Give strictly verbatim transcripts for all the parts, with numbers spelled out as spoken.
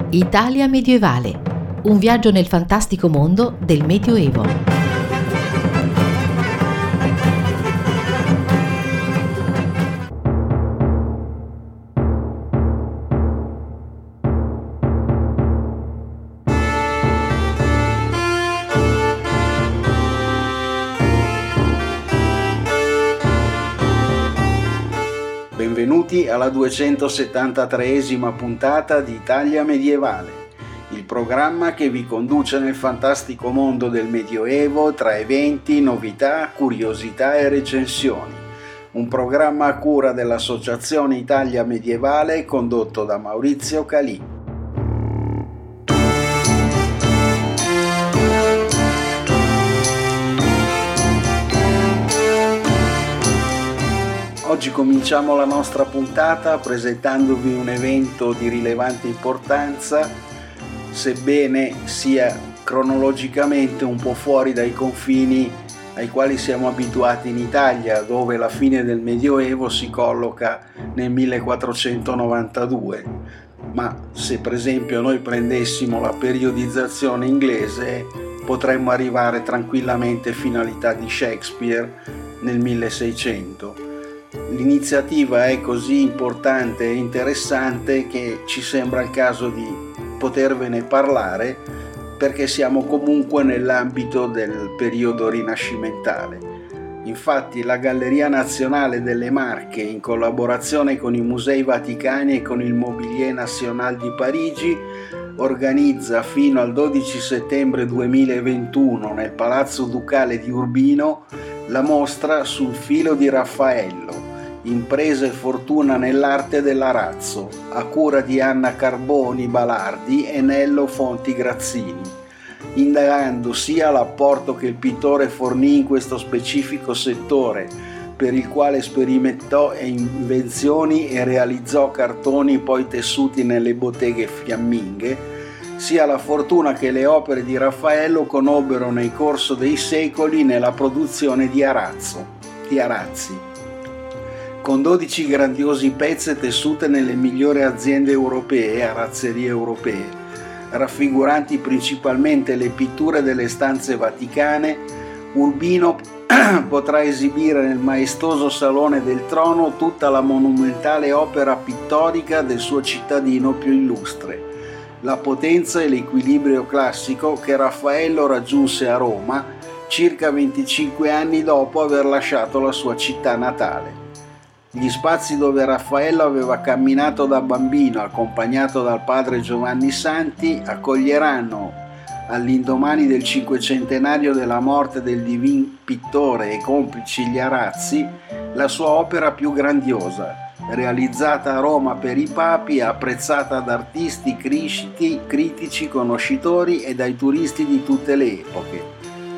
Italia medievale. Un viaggio nel fantastico mondo del Medioevo. Benvenuti alla duecentosettantatreesima puntata di Italia medievale, il programma che vi conduce nel fantastico mondo del Medioevo tra eventi, novità, curiosità e recensioni. Un programma a cura dell'Associazione Italia Medievale condotto da Maurizio Calì. Oggi cominciamo la nostra puntata presentandovi un evento di rilevante importanza, sebbene sia cronologicamente un po' fuori dai confini ai quali siamo abituati in Italia, dove la fine del Medioevo si colloca nel millequattrocentonovantadue. Ma se per esempio noi prendessimo la periodizzazione inglese, potremmo arrivare tranquillamente fino all'età di Shakespeare nel milleseicento. L'iniziativa è così importante e interessante che ci sembra il caso di potervene parlare, perché siamo comunque nell'ambito del periodo rinascimentale. Infatti la Galleria Nazionale delle Marche, in collaborazione con i Musei Vaticani e con il Mobilier National di Parigi, organizza fino al dodici settembre duemilaventuno nel Palazzo Ducale di Urbino la mostra Sul filo di Raffaello, impresa e fortuna nell'arte dell'arazzo, a cura di Anna Carboni Balardi e Nello Fonti Grazzini, indagando sia l'apporto che il pittore fornì in questo specifico settore, per il quale sperimentò invenzioni e realizzò cartoni poi tessuti nelle botteghe fiamminghe, sia la fortuna che le opere di Raffaello conobbero nel corso dei secoli nella produzione di arazzo, di arazzi. Con dodici grandiosi pezze tessute nelle migliori aziende europee, arazzerie europee, raffiguranti principalmente le pitture delle stanze vaticane, Urbino potrà esibire nel maestoso Salone del Trono tutta la monumentale opera pittorica del suo cittadino più illustre, la potenza e l'equilibrio classico che Raffaello raggiunse a Roma circa venticinque anni dopo aver lasciato la sua città natale. Gli spazi dove Raffaello aveva camminato da bambino, accompagnato dal padre Giovanni Santi, accoglieranno, all'indomani del cinquecentenario della morte del divin pittore e complici gli arazzi, la sua opera più grandiosa, realizzata a Roma per i papi e apprezzata da artisti, critici, critici, conoscitori e dai turisti di tutte le epoche.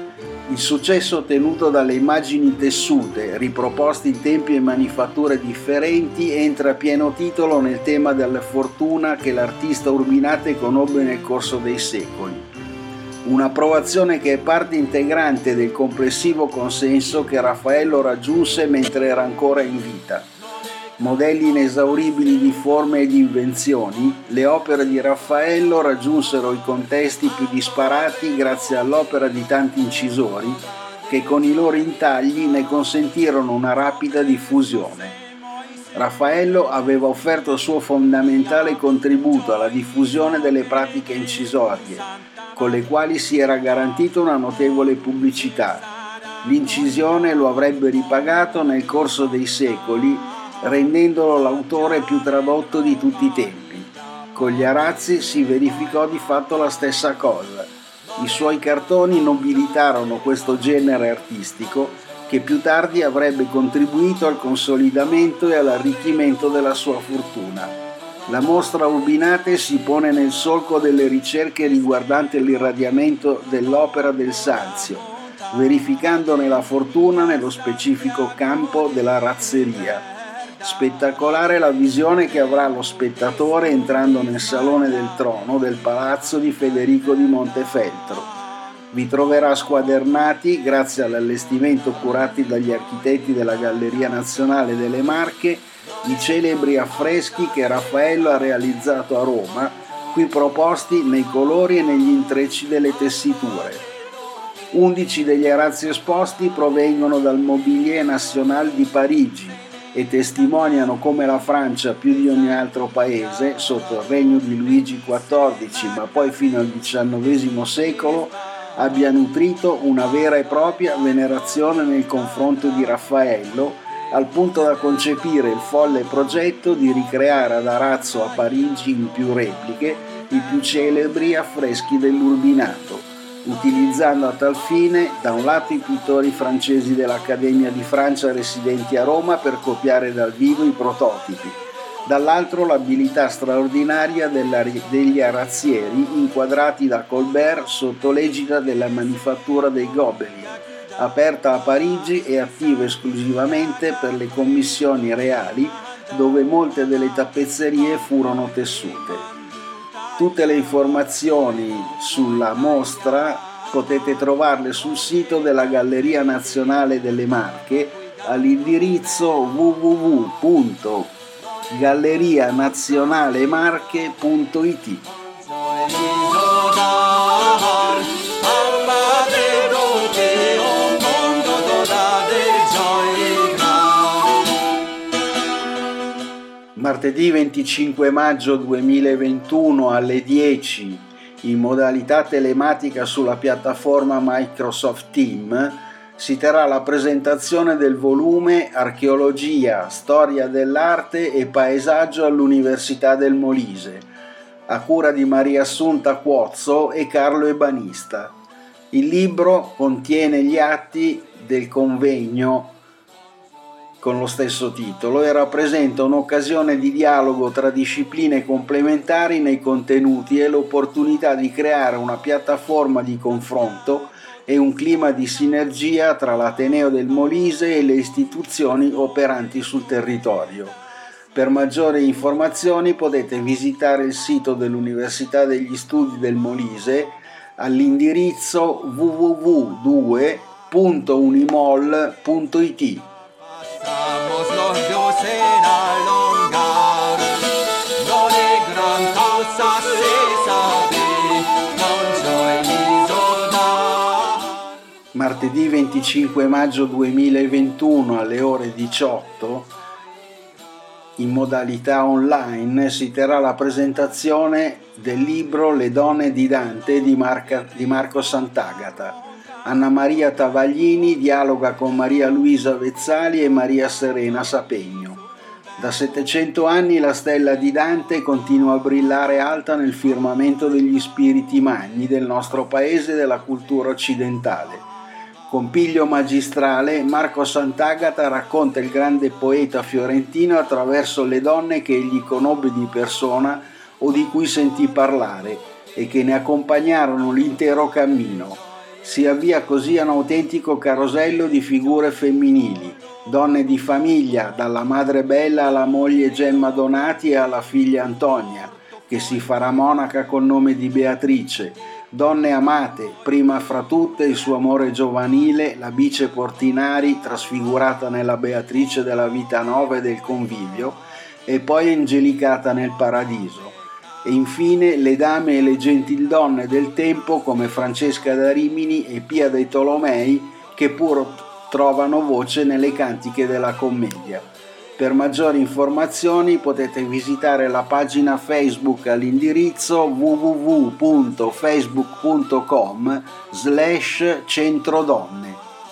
Il successo ottenuto dalle immagini tessute, riproposte in tempi e manifatture differenti, entra a pieno titolo nel tema della fortuna che l'artista urbinate conobbe nel corso dei secoli. Un'approvazione che è parte integrante del complessivo consenso che Raffaello raggiunse mentre era ancora in vita. Modelli inesauribili di forme e di invenzioni, le opere di Raffaello raggiunsero i contesti più disparati grazie all'opera di tanti incisori che con i loro intagli ne consentirono una rapida diffusione. Raffaello aveva offerto il suo fondamentale contributo alla diffusione delle pratiche incisorie, con le quali si era garantita una notevole pubblicità. L'incisione lo avrebbe ripagato nel corso dei secoli, rendendolo l'autore più tradotto di tutti i tempi. Con gli arazzi si verificò di fatto la stessa cosa. I suoi cartoni nobilitarono questo genere artistico che più tardi avrebbe contribuito al consolidamento e all'arricchimento della sua fortuna. La mostra Urbinate si pone nel solco delle ricerche riguardanti l'irradiamento dell'opera del Sanzio, verificandone la fortuna nello specifico campo della razzeria. Spettacolare la visione che avrà lo spettatore entrando nel Salone del Trono del Palazzo di Federico di Montefeltro. Vi troverà squadernati, grazie all'allestimento curati dagli architetti della Galleria Nazionale delle Marche, i celebri affreschi che Raffaello ha realizzato a Roma, qui proposti nei colori e negli intrecci delle tessiture. undici degli arazzi esposti provengono dal Mobilier National di Parigi e testimoniano come la Francia, più di ogni altro paese, sotto il regno di Luigi quattordici, ma poi fino al diciannovesimo secolo, abbia nutrito una vera e propria venerazione nel confronto di Raffaello, al punto da concepire il folle progetto di ricreare ad arazzo a Parigi in più repliche i più celebri affreschi dell'Urbinato, utilizzando a tal fine da un lato i pittori francesi dell'Accademia di Francia residenti a Roma per copiare dal vivo i prototipi, dall'altro l'abilità straordinaria della, degli arazzieri inquadrati da Colbert sotto l'egida della manifattura dei Gobelin, aperta a Parigi e attiva esclusivamente per le commissioni reali, dove molte delle tappezzerie furono tessute. Tutte le informazioni sulla mostra potete trovarle sul sito della Galleria Nazionale delle Marche all'indirizzo w w w punto galleria nazionale marche punto i t. Martedì venticinque maggio duemilaventuno alle dieci, in modalità telematica sulla piattaforma Microsoft Teams, si terrà la presentazione del volume Archeologia, Storia dell'arte e paesaggio all'Università del Molise, a cura di Maria Assunta Cuozzo e Carlo Ebanista. Il libro contiene gli atti del convegno con lo stesso titolo e rappresenta un'occasione di dialogo tra discipline complementari nei contenuti e l'opportunità di creare una piattaforma di confronto e un clima di sinergia tra l'Ateneo del Molise e le istituzioni operanti sul territorio. Per maggiori informazioni potete visitare il sito dell'Università degli Studi del Molise all'indirizzo w w w punto due punto unimol punto i t. Martedì venticinque maggio duemilaventuno alle ore diciotto, in modalità online, si terrà la presentazione del libro Le donne di Dante di, Marca, di Marco Sant'Agata. Anna Maria Tavallini dialoga con Maria Luisa Vezzali e Maria Serena Sapegno. Da settecento anni la stella di Dante continua a brillare alta nel firmamento degli spiriti magni del nostro paese e della cultura occidentale. Con piglio magistrale, Marco Sant'Agata racconta il grande poeta fiorentino attraverso le donne che egli conobbe di persona o di cui sentì parlare e che ne accompagnarono l'intero cammino. Si avvia così un autentico carosello di figure femminili, donne di famiglia, dalla madre Bella alla moglie Gemma Donati e alla figlia Antonia, che si farà monaca col nome di Beatrice, donne amate, prima fra tutte il suo amore giovanile, la Bice Portinari, trasfigurata nella Beatrice della Vita Nova e del Convivio, e poi angelicata nel Paradiso. E infine le dame e le gentildonne del tempo come Francesca da Rimini e Pia dei Tolomei, che pur trovano voce nelle cantiche della commedia. Per maggiori informazioni potete visitare la pagina Facebook all'indirizzo w w w punto facebook punto com slash centrodonne.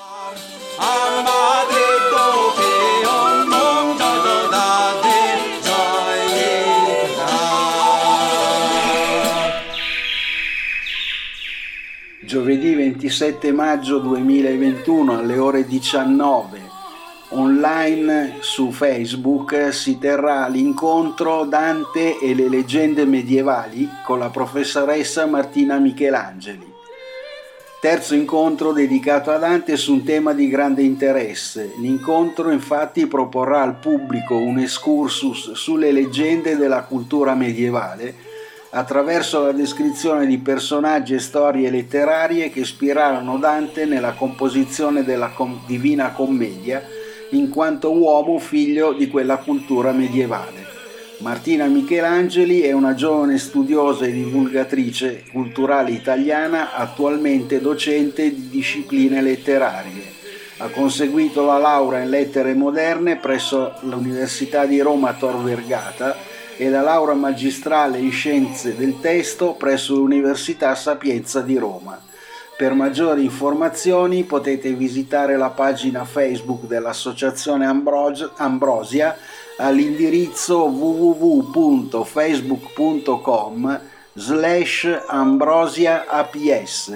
Giovedì ventisette maggio duemilaventuno alle ore diciannove, online su Facebook, si terrà l'incontro Dante e le leggende medievali con la professoressa Martina Michelangeli. Terzo incontro dedicato a Dante su un tema di grande interesse. L'incontro infatti proporrà al pubblico un excursus sulle leggende della cultura medievale attraverso la descrizione di personaggi e storie letterarie che ispirarono Dante nella composizione della com- Divina Commedia, in quanto uomo figlio di quella cultura medievale. Martina Michelangeli è una giovane studiosa e divulgatrice culturale italiana, attualmente docente di discipline letterarie. Ha conseguito la laurea in lettere moderne presso l'Università di Roma Tor Vergata e la laurea magistrale in scienze del testo presso l'Università Sapienza di Roma. Per maggiori informazioni potete visitare la pagina Facebook dell'Associazione Ambros- Ambrosia all'indirizzo w w w punto facebook punto com slash ambrosia a p s.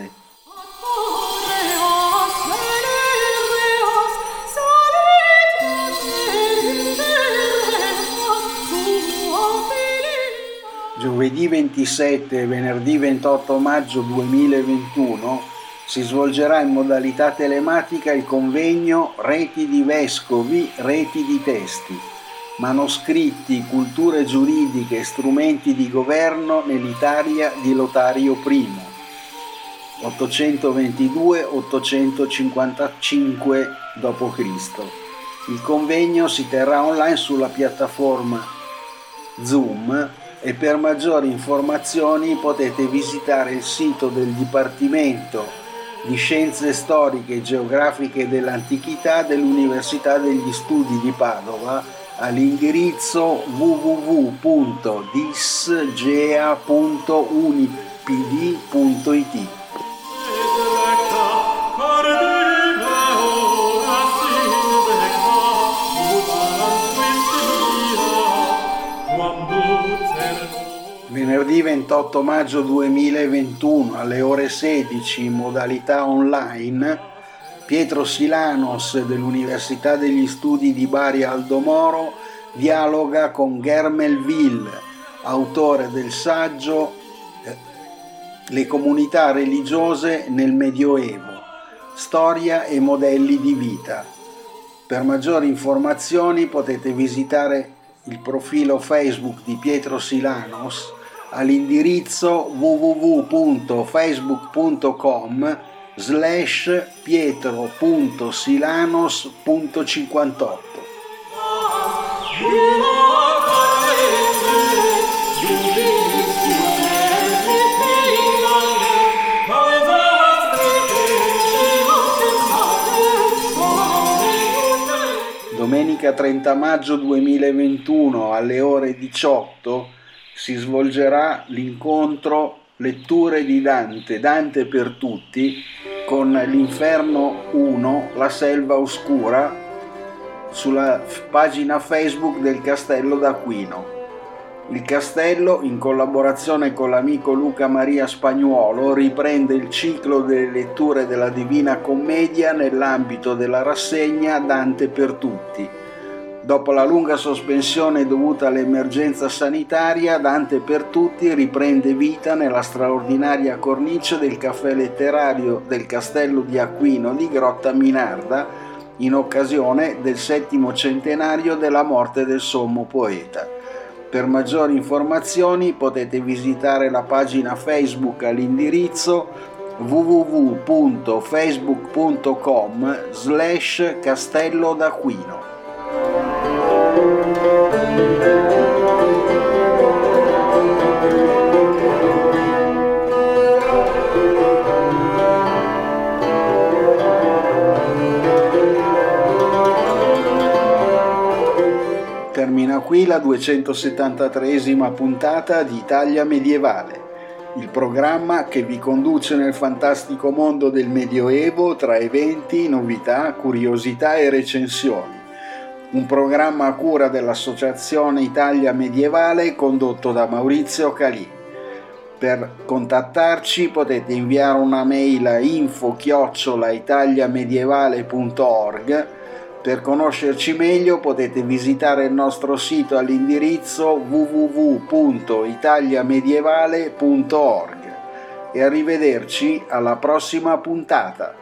Giovedì ventisette e venerdì ventotto maggio duemilaventuno si svolgerà in modalità telematica il convegno Reti di Vescovi, Reti di Testi, manoscritti, culture giuridiche e strumenti di governo nell'Italia di Lotario I, ottocentoventidue ottocentocinquantacinque dopo Cristo. Il convegno si terrà online sulla piattaforma Zoom e per maggiori informazioni potete visitare il sito del Dipartimento di Scienze Storiche e Geografiche dell'Antichità dell'Università degli Studi di Padova all'indirizzo w w w punto disgea punto unipd punto i t. Venerdì ventotto maggio duemilaventuno alle ore sedici in modalità online, Pietro Silanos dell'Università degli Studi di Bari Aldo Moro dialoga con Germel Will, autore del saggio Le comunità religiose nel Medioevo, storia e modelli di vita. Per maggiori informazioni potete visitare il profilo Facebook di Pietro Silanos all'indirizzo w w w punto facebook punto com slash pietro punto silanos punto cinquantotto. Domenica trenta maggio duemilaventuno alle ore diciotto si svolgerà l'incontro Letture di Dante, Dante per tutti, con l'Inferno uno, La selva oscura, sulla pagina Facebook del Castello d'Aquino. Il Castello, in collaborazione con l'amico Luca Maria Spagnuolo, riprende il ciclo delle letture della Divina Commedia nell'ambito della rassegna Dante per tutti. Dopo la lunga sospensione dovuta all'emergenza sanitaria, Dante per tutti riprende vita nella straordinaria cornice del caffè letterario del Castello di Aquino di Grotta Minarda, in occasione del settimo centenario della morte del sommo poeta. Per maggiori informazioni potete visitare la pagina Facebook all'indirizzo w w w punto facebook punto com slash Castello d'Aquino. Termina qui la duecentosettantatreesima puntata di Italia Medievale, il programma che vi conduce nel fantastico mondo del Medioevo tra eventi, novità, curiosità e recensioni. Un programma a cura dell'Associazione Italia Medievale condotto da Maurizio Calì. Per contattarci potete inviare una mail a info chiocciola italiamedievale punto org. Per conoscerci meglio potete visitare il nostro sito all'indirizzo w w w punto italiamedievale punto org. E arrivederci alla prossima puntata.